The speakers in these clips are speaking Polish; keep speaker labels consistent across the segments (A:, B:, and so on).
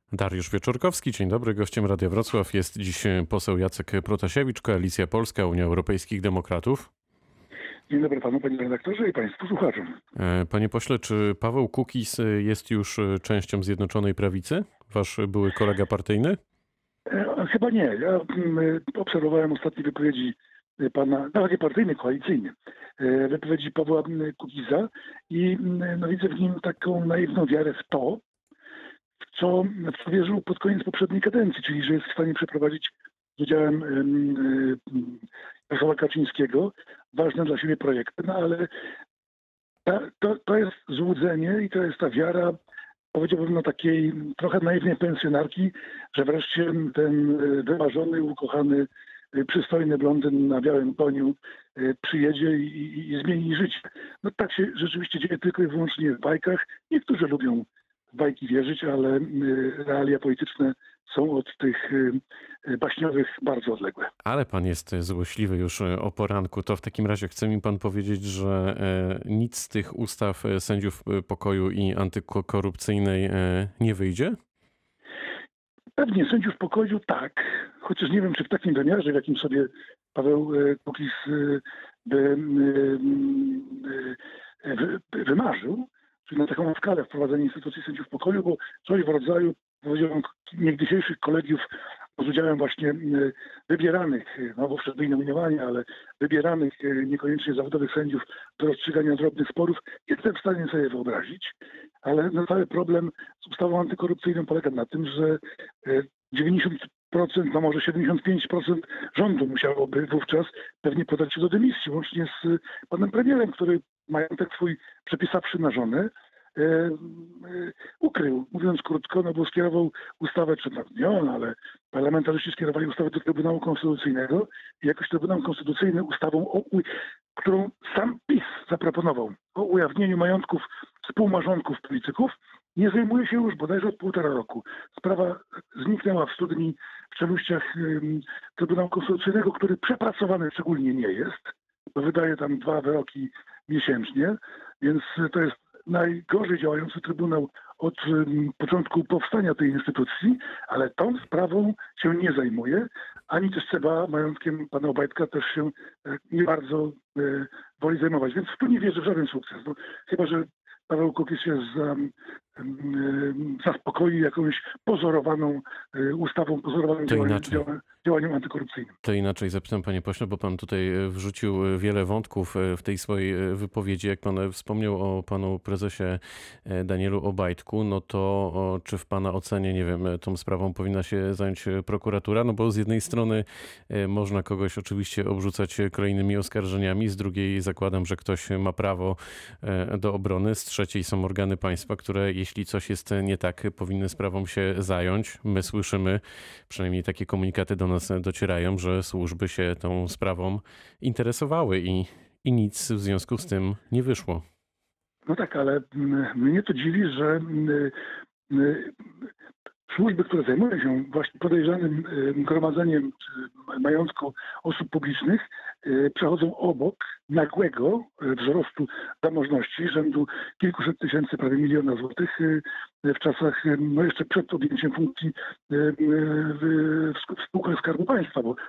A: Dariusz Wieczorkowski, dzień dobry. Gościem Radia Wrocław jest dziś poseł Jacek Protasiewicz, Koalicja Polska, Unia Europejskich Demokratów.
B: Dzień dobry panu, panie redaktorze i państwu słuchaczom.
A: Panie pośle, czy Paweł Kukiz jest już częścią Zjednoczonej Prawicy? Wasz były kolega partyjny?
B: Chyba nie. Ja obserwowałem ostatnie wypowiedzi pana, nawet nie partyjny, koalicyjny, wypowiedzi Pawła Kukiza i widzę w nim taką naiwną wiarę w to, w co wierzył pod koniec poprzedniej kadencji, czyli że jest w stanie przeprowadzić z udziałem Jarosława Kaczyńskiego ważne dla siebie projekty, no ale to jest złudzenie i to jest ta wiara, powiedziałbym, takiej trochę naiwnej pensjonarki, że wreszcie ten wymarzony, ukochany, przystojny blondyn na białym koniu przyjedzie i zmieni życie. No tak się rzeczywiście dzieje tylko i wyłącznie w bajkach. Niektórzy lubią w bajki wierzyć, ale realia polityczne są od tych baśniowych bardzo odległe.
A: Ale pan jest złośliwy już o poranku. To w takim razie chce mi pan powiedzieć, że nic z tych ustaw sędziów pokoju i antykorupcyjnej nie wyjdzie?
B: Pewnie sędziów pokoju tak, chociaż nie wiem, czy w takim wymiarze, w jakim sobie Paweł Kukiz wymarzył, czyli na taką skalę wprowadzenie instytucji sędziów pokoju, bo coś w rodzaju, powiedziałbym, niegdysiejszych kolegiów z udziałem właśnie wybieranych, no bo wszedł nominowania, ale wybieranych niekoniecznie zawodowych sędziów do rozstrzygania drobnych sporów, jestem w stanie sobie wyobrazić, ale cały problem z ustawą antykorupcyjną polega na tym, że 90%, no może 75% rządu musiałoby wówczas pewnie podać się do dymisji, łącznie z panem premierem, który majątek swój przepisawszy na żonę, ukrył, mówiąc krótko, no bo skierował ustawę, czy nie on, ale parlamentarzyści skierowali ustawę do Trybunału Konstytucyjnego i jakoś Trybunał Konstytucyjny ustawą, którą sam PiS zaproponował, o ujawnieniu majątków współmałżonków polityków, nie zajmuje się już bodajże od 1,5 roku. Sprawa zniknęła w studni w czeluściach Trybunału Konstytucyjnego, który przepracowany szczególnie nie jest, bo wydaje tam 2 wyroki miesięcznie, więc to jest najgorzej działający trybunał od początku powstania tej instytucji, ale tą sprawą się nie zajmuje, ani też CBA majątkiem pana Obajtka też się nie bardzo woli zajmować. Więc tu nie wierzę w żaden sukces. No, chyba że Paweł Kukiz się zaspokoi jakąś pozorowaną ustawą, pozorowanym działaniem antykorupcyjnym.
A: To inaczej zapytam, panie pośle, bo pan tutaj wrzucił wiele wątków w tej swojej wypowiedzi. Jak pan wspomniał o panu prezesie Danielu Obajtku, no to czy w pana ocenie, nie wiem, tą sprawą powinna się zająć prokuratura? No bo z jednej strony można kogoś oczywiście obrzucać kolejnymi oskarżeniami, z drugiej zakładam, że ktoś ma prawo do obrony, z trzeciej są organy państwa, które jeśli coś jest nie tak, powinny sprawą się zająć. My słyszymy, przynajmniej takie komunikaty do nas docierają, że służby się tą sprawą interesowały i nic w związku z tym nie wyszło.
B: No tak, ale mnie to dziwi, że służby, które zajmują się właśnie podejrzanym gromadzeniem majątku osób publicznych, przechodzą obok nagłego wzrostu zamożności rzędu kilkuset tysięcy, prawie 1 000 000 złotych w czasach, no jeszcze przed objęciem funkcji w spółkach Skarbu Państwa, bo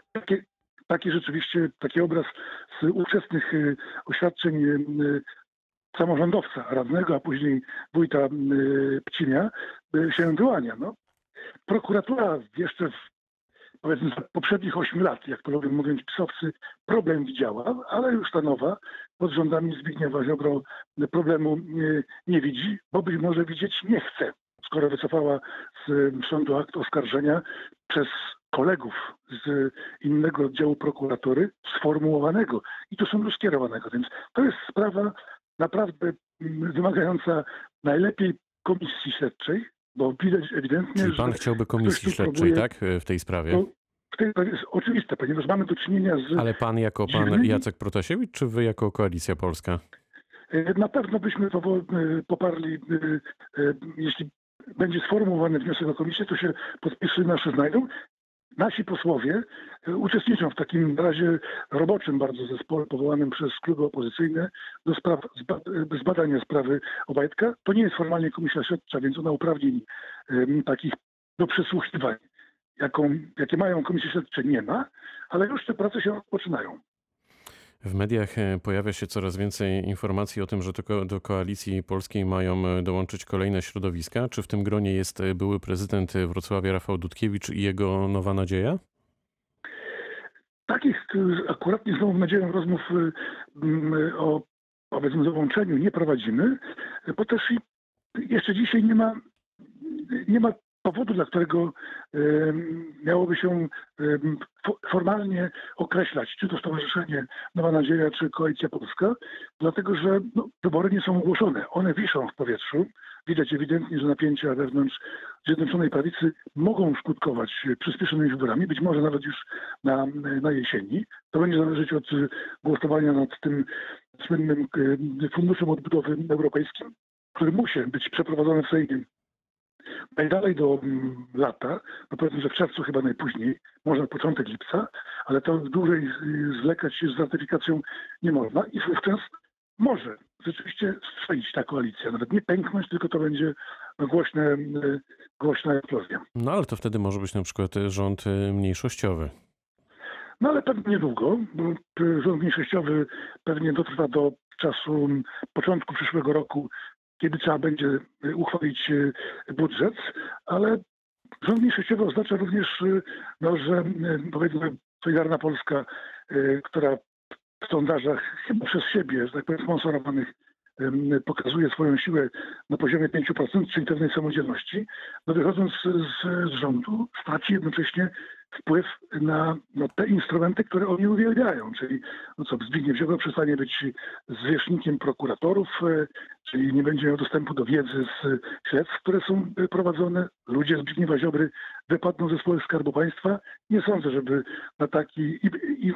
B: taki obraz z ówczesnych oświadczeń samorządowca radnego, a później wójta Pcimia się wyłania. No. Prokuratura jeszcze powiedzmy za poprzednich 8 lat, jak to lubią mówić pisowcy, problem widziała, ale już ta nowa pod rządami Zbigniewa Ziobro problemu nie widzi, bo być może widzieć nie chce, skoro wycofała z sądu akt oskarżenia przez kolegów z innego oddziału prokuratury sformułowanego i do sądu skierowanego. Więc to jest sprawa naprawdę wymagająca najlepiej komisji śledczej, bo widać ewidentnie,
A: czyli pan chciałby komisji śledczej, tak? W tej sprawie?
B: To jest oczywiste, ponieważ mamy do czynienia z...
A: Ale pan jako pan Jacek Protasiewicz, czy wy jako Koalicja Polska?
B: Na pewno byśmy poparli, jeśli będzie sformułowany wniosek o komisję, to się podpisy nasze znajdą. Nasi posłowie uczestniczą w takim razie roboczym bardzo zespole powołanym przez kluby opozycyjne do zbadania sprawy Obajtka. To nie jest formalnie komisja śledcza, więc ona uprawnień takich do przesłuchiwań, jakie mają komisje śledcze, nie ma, ale już te prace się rozpoczynają.
A: W mediach pojawia się coraz więcej informacji o tym, że do Koalicji Polskiej mają dołączyć kolejne środowiska. Czy w tym gronie jest były prezydent Wrocławia Rafał Dudkiewicz i jego nowa nadzieja?
B: Takich akurat nie znowu nadzieją rozmów o powiedzmy dołączeniu nie prowadzimy, bo też i jeszcze dzisiaj nie ma powodu, dla którego miałoby się formalnie określać, czy to Stowarzyszenie Nowa Nadzieja, czy Koalicja Polska, dlatego że wybory nie są ogłoszone. One wiszą w powietrzu. Widać ewidentnie, że napięcia wewnątrz Zjednoczonej Prawicy mogą skutkować przyspieszonymi wyborami, być może nawet już na jesieni. To będzie zależeć od głosowania nad tym słynnym Funduszem Odbudowy Europejskim, który musi być przeprowadzony w Sejmie najdalej do lata, no powiedzmy, że w czerwcu chyba najpóźniej, może na początek lipca, ale to dłużej zwlekać się z ratyfikacją nie można i wówczas może rzeczywiście strzelić ta koalicja. Nawet nie pęknąć, tylko to będzie głośna eksplozja.
A: No ale to wtedy może być na przykład rząd mniejszościowy.
B: No ale pewnie niedługo, bo rząd mniejszościowy pewnie dotrwa do czasu początku przyszłego roku, kiedy trzeba będzie uchwalić budżet, ale rząd mniejszościowy oznacza również, że powiedzmy Solidarna Polska, która w sondażach chyba przez siebie, że tak powiem, sponsorowanych, pokazuje swoją siłę na poziomie 5%, czyli pewnej samodzielności, no wychodząc z rządu straci jednocześnie wpływ na te instrumenty, które oni uwielbiają, czyli Zbigniew Ziobro przestanie być zwierzchnikiem prokuratorów, czyli nie będzie miał dostępu do wiedzy z śledztw, które są prowadzone. Ludzie Zbigniewa Ziobry wypadną ze spółek Skarbu Państwa. Nie sądzę, żeby na taki i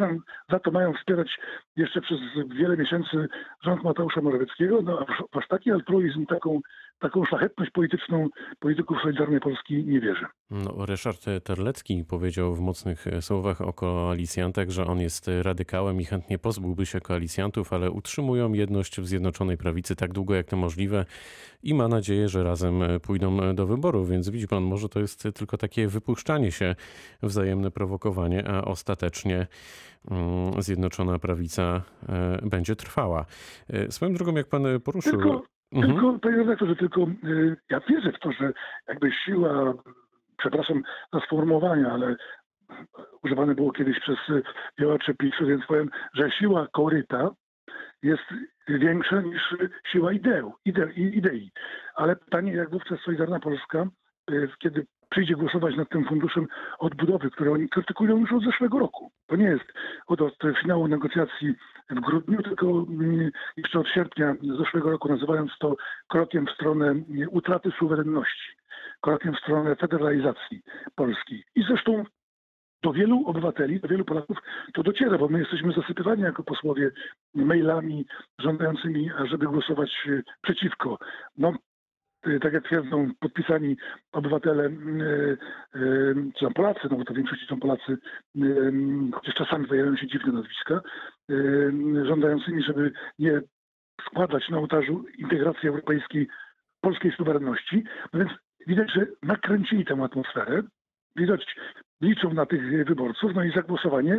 B: za to mają wspierać jeszcze przez wiele miesięcy rząd Mateusza Morawieckiego, a aż taki altruizm, taką szlachetność polityczną polityków Solidarnej Polski nie wierzę.
A: No, Ryszard Terlecki powiedział w mocnych słowach o koalicjantach, że on jest radykałem i chętnie pozbyłby się koalicjantów, ale utrzymują jedność w Zjednoczonej Prawicy tak długo jak to możliwe i ma nadzieję, że razem pójdą do wyborów. Więc widzi pan, może to jest tylko takie wypuszczanie się, wzajemne prowokowanie, a ostatecznie Zjednoczona Prawica będzie trwała. Swoją drogą, jak pan poruszył...
B: Panie redaktorze, ja wierzę w to, że jakby siła, przepraszam za sformułowanie, ale używane było kiedyś przez działaczy PiS-u, więc powiem, że siła koryta jest większa niż siła idei. Ale pytanie, jak wówczas Solidarna Polska, kiedy przyjdzie głosować nad tym funduszem odbudowy, który oni krytykują już od zeszłego roku. To nie jest od finału negocjacji w grudniu, tylko jeszcze od sierpnia zeszłego roku, nazywając to krokiem w stronę utraty suwerenności, krokiem w stronę federalizacji Polski. I zresztą do wielu obywateli, do wielu Polaków to dociera, bo my jesteśmy zasypywani jako posłowie mailami żądającymi, ażeby głosować przeciwko. Tak jak twierdzą podpisani obywatele, czy tam Polacy, no bo to w większości są Polacy, chociaż czasami pojawiają się dziwne nazwiska, żądającymi, żeby nie składać na ołtarzu integracji europejskiej polskiej suwerenności. No więc widać, że nakręcili tę atmosferę, widać, liczą na tych wyborców, no i zagłosowanie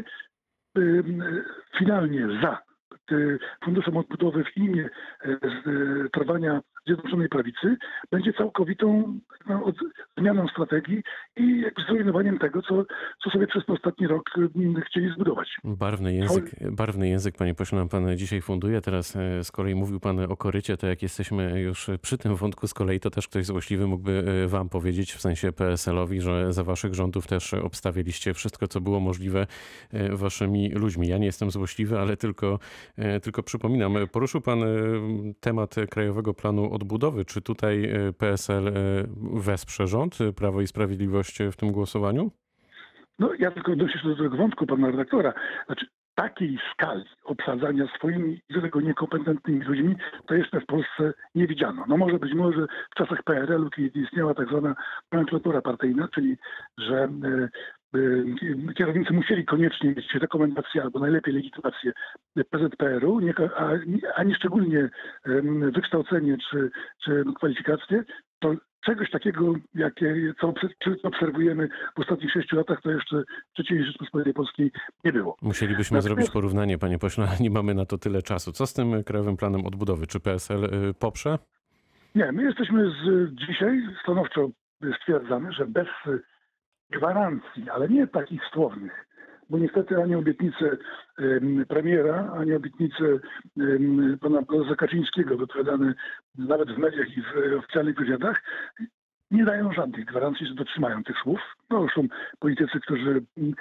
B: finalnie za Funduszem Odbudowy w imię trwania Zjednoczonej Prawicy będzie całkowitą zmianą strategii i jakby zrujnowaniem tego, co sobie przez ostatni rok chcieli zbudować.
A: Barwny język, panie pośle, nam pan dzisiaj funduje. Teraz z kolei mówił pan o korycie, to jak jesteśmy już przy tym wątku z kolei, to też ktoś złośliwy mógłby wam powiedzieć, w sensie PSL-owi, że za waszych rządów też obstawiliście wszystko, co było możliwe waszymi ludźmi. Ja nie jestem złośliwy, ale tylko przypominam. Poruszył pan temat Krajowego Planu Odbudowy. Czy tutaj PSL wesprze rząd, Prawo i Sprawiedliwość w tym głosowaniu?
B: No ja tylko odnoszę się do tego wątku pana redaktora. Znaczy takiej skali obsadzania swoimi niekompetentnymi ludźmi to jeszcze w Polsce nie widziano. No może być może w czasach PRL-u, kiedy istniała tak zwana nomenklatura partyjna, czyli że kierownicy musieli koniecznie mieć rekomendacje albo najlepiej legitymację PZPR-u, ani szczególnie wykształcenie czy kwalifikacje, to czegoś takiego, co obserwujemy w ostatnich 6 latach, to jeszcze w III Rzeczypospolitej Polskiej nie było.
A: Musielibyśmy zrobić porównanie, panie pośle, ale nie mamy na to tyle czasu. Co z tym Krajowym Planem Odbudowy? Czy PSL poprze?
B: Nie, my jesteśmy dzisiaj stanowczo stwierdzamy, że bez gwarancji, ale nie takich słownych, bo niestety ani obietnice premiera, ani obietnice pana prezesa Kaczyńskiego wypowiadane nawet w mediach i w oficjalnych wywiadach nie dają żadnych gwarancji, że dotrzymają tych słów. No już są politycy, którzy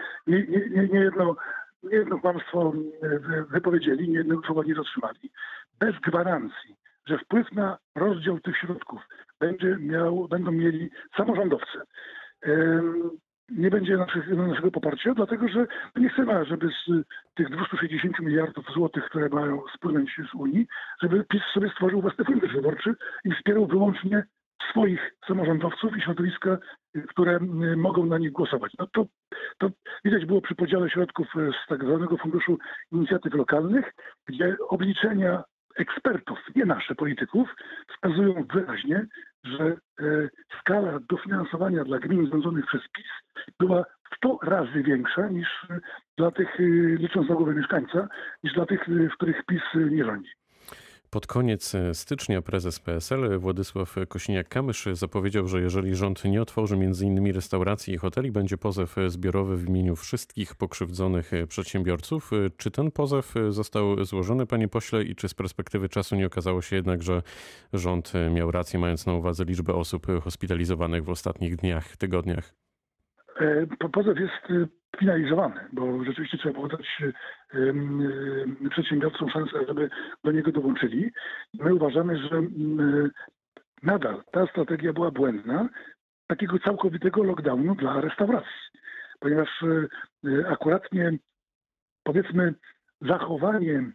B: nie jedno kłamstwo wypowiedzieli, nie jednego słowa nie dotrzymali. Bez gwarancji, że wpływ na rozdział tych środków będą mieli samorządowcy, nie będzie naszego poparcia, dlatego że nie chcemy, żeby z tych 260 miliardów złotych, które mają spłynąć z Unii, żeby PiS sobie stworzył własny fundusz wyborczy i wspierał wyłącznie swoich samorządowców i środowiska, które mogą na nich głosować. No to widać było przy podziale środków z tak zwanego Funduszu Inicjatyw Lokalnych, gdzie obliczenia ekspertów, nie nasze, polityków, wskazują wyraźnie, że skala dofinansowania dla gmin rządzonych przez PiS była 100 razy większa niż dla tych, licząc na głowę mieszkańca, niż dla tych, w których PiS nie rządzi.
A: Pod koniec stycznia prezes PSL Władysław Kosiniak-Kamysz zapowiedział, że jeżeli rząd nie otworzy m.in. restauracji i hoteli, będzie pozew zbiorowy w imieniu wszystkich pokrzywdzonych przedsiębiorców. Czy ten pozew został złożony, panie pośle, i czy z perspektywy czasu nie okazało się jednak, że rząd miał rację, mając na uwadze liczbę osób hospitalizowanych w ostatnich dniach, tygodniach?
B: Pozew jest finalizowany, bo rzeczywiście trzeba było dać przedsiębiorcom szansę, żeby do niego dołączyli. My uważamy, że nadal ta strategia była błędna, takiego całkowitego lockdownu dla restauracji, ponieważ akuratnie, powiedzmy, zachowanie.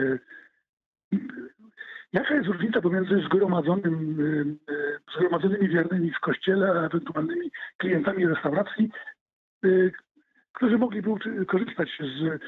B: Jaka jest różnica pomiędzy zgromadzonymi wiernymi w kościele, a ewentualnymi klientami restauracji, którzy mogliby korzystać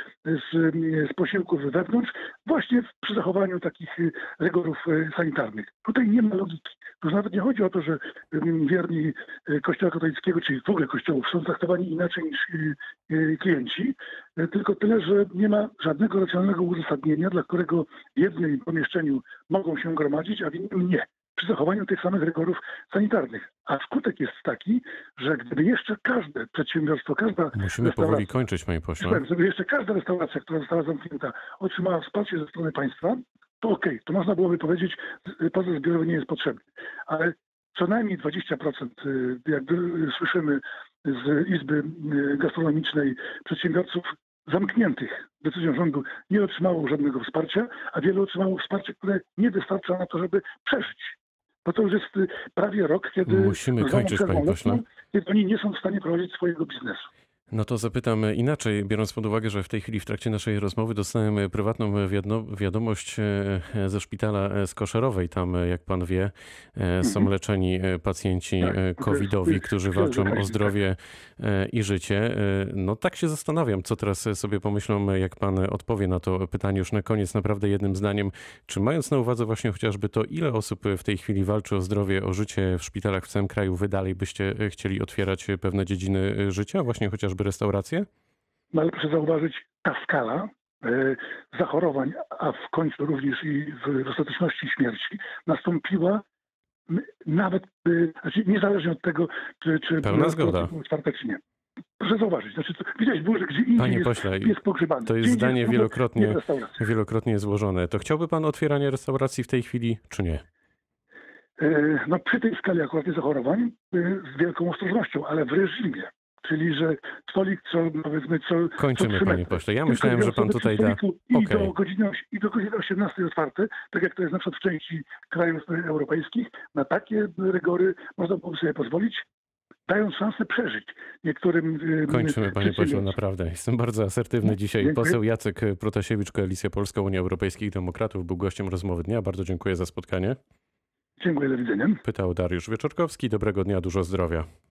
B: z posiłków wewnątrz właśnie przy zachowaniu takich rygorów sanitarnych. Tutaj nie ma logiki. To już nawet nie chodzi o to, że wierni Kościoła katolickiego, czyli w ogóle kościołów, są traktowani inaczej niż klienci, tylko tyle, że nie ma żadnego racjonalnego uzasadnienia, dla którego w jednym pomieszczeniu mogą się gromadzić, a w innym nie, przy zachowaniu tych samych rygorów sanitarnych. A skutek jest taki, że gdyby jeszcze każde przedsiębiorstwo,
A: Musimy powoli kończyć, panie pośle.
B: Gdyby jeszcze każda restauracja, która została zamknięta, otrzymała wsparcie ze strony państwa, to okej, to można byłoby powiedzieć, pozew zbiorowy nie jest potrzebny. Ale co najmniej 20%, jak słyszymy z Izby Gastronomicznej, przedsiębiorców zamkniętych decyzją rządu nie otrzymało żadnego wsparcia, a wiele otrzymało wsparcie, które nie wystarcza na to, żeby przeżyć. Bo to już jest prawie rok, kiedy
A: musimy kończyć, panie pośle,
B: kiedy oni nie są w stanie prowadzić swojego biznesu.
A: No to zapytam inaczej, biorąc pod uwagę, że w tej chwili w trakcie naszej rozmowy dostałem prywatną wiadomość ze szpitala Skoszerowej. Tam, jak pan wie, są leczeni pacjenci covidowi, którzy walczą o zdrowie i życie. No tak się zastanawiam, co teraz sobie pomyślą, jak pan odpowie na to pytanie już na koniec, naprawdę jednym zdaniem. Czy mając na uwadze właśnie chociażby to, ile osób w tej chwili walczy o zdrowie, o życie w szpitalach w całym kraju, wy dalej byście chcieli otwierać pewne dziedziny życia, właśnie chociażby restauracje?
B: No ale proszę zauważyć, ta skala zachorowań, a w końcu również i w ostateczności śmierci, nastąpiła nawet, znaczy niezależnie od tego, czy
A: pełna zgoda.
B: Czwartek, czy nie. Proszę zauważyć, widać było, że gdzie indziej
A: Panie pośle,
B: jest pogrzebany.
A: To jest zdanie wielokrotnie złożone. To chciałby pan otwieranie restauracji w tej chwili, czy nie?
B: No przy tej skali akurat zachorowań z wielką ostrożnością, ale w reżimie. Czyli, że stolik powiedzmy
A: Kończymy, panie pośle. Ja myślałem, że pan tutaj da...
B: I do godziny 18 otwarte, tak jak to jest na przykład w części krajów europejskich, na takie rygory można było sobie pozwolić, dając szansę przeżyć niektórym...
A: Kończymy, panie pośle, naprawdę. Jestem bardzo asertywny dzisiaj.
B: Dziękuję.
A: Poseł Jacek Protasiewicz, Koalicja Polska, Unia Europejskich Demokratów, był gościem rozmowy dnia. Bardzo dziękuję za spotkanie.
B: Dziękuję, do widzenia.
A: Pytał Dariusz Wieczorkowski. Dobrego dnia, dużo zdrowia.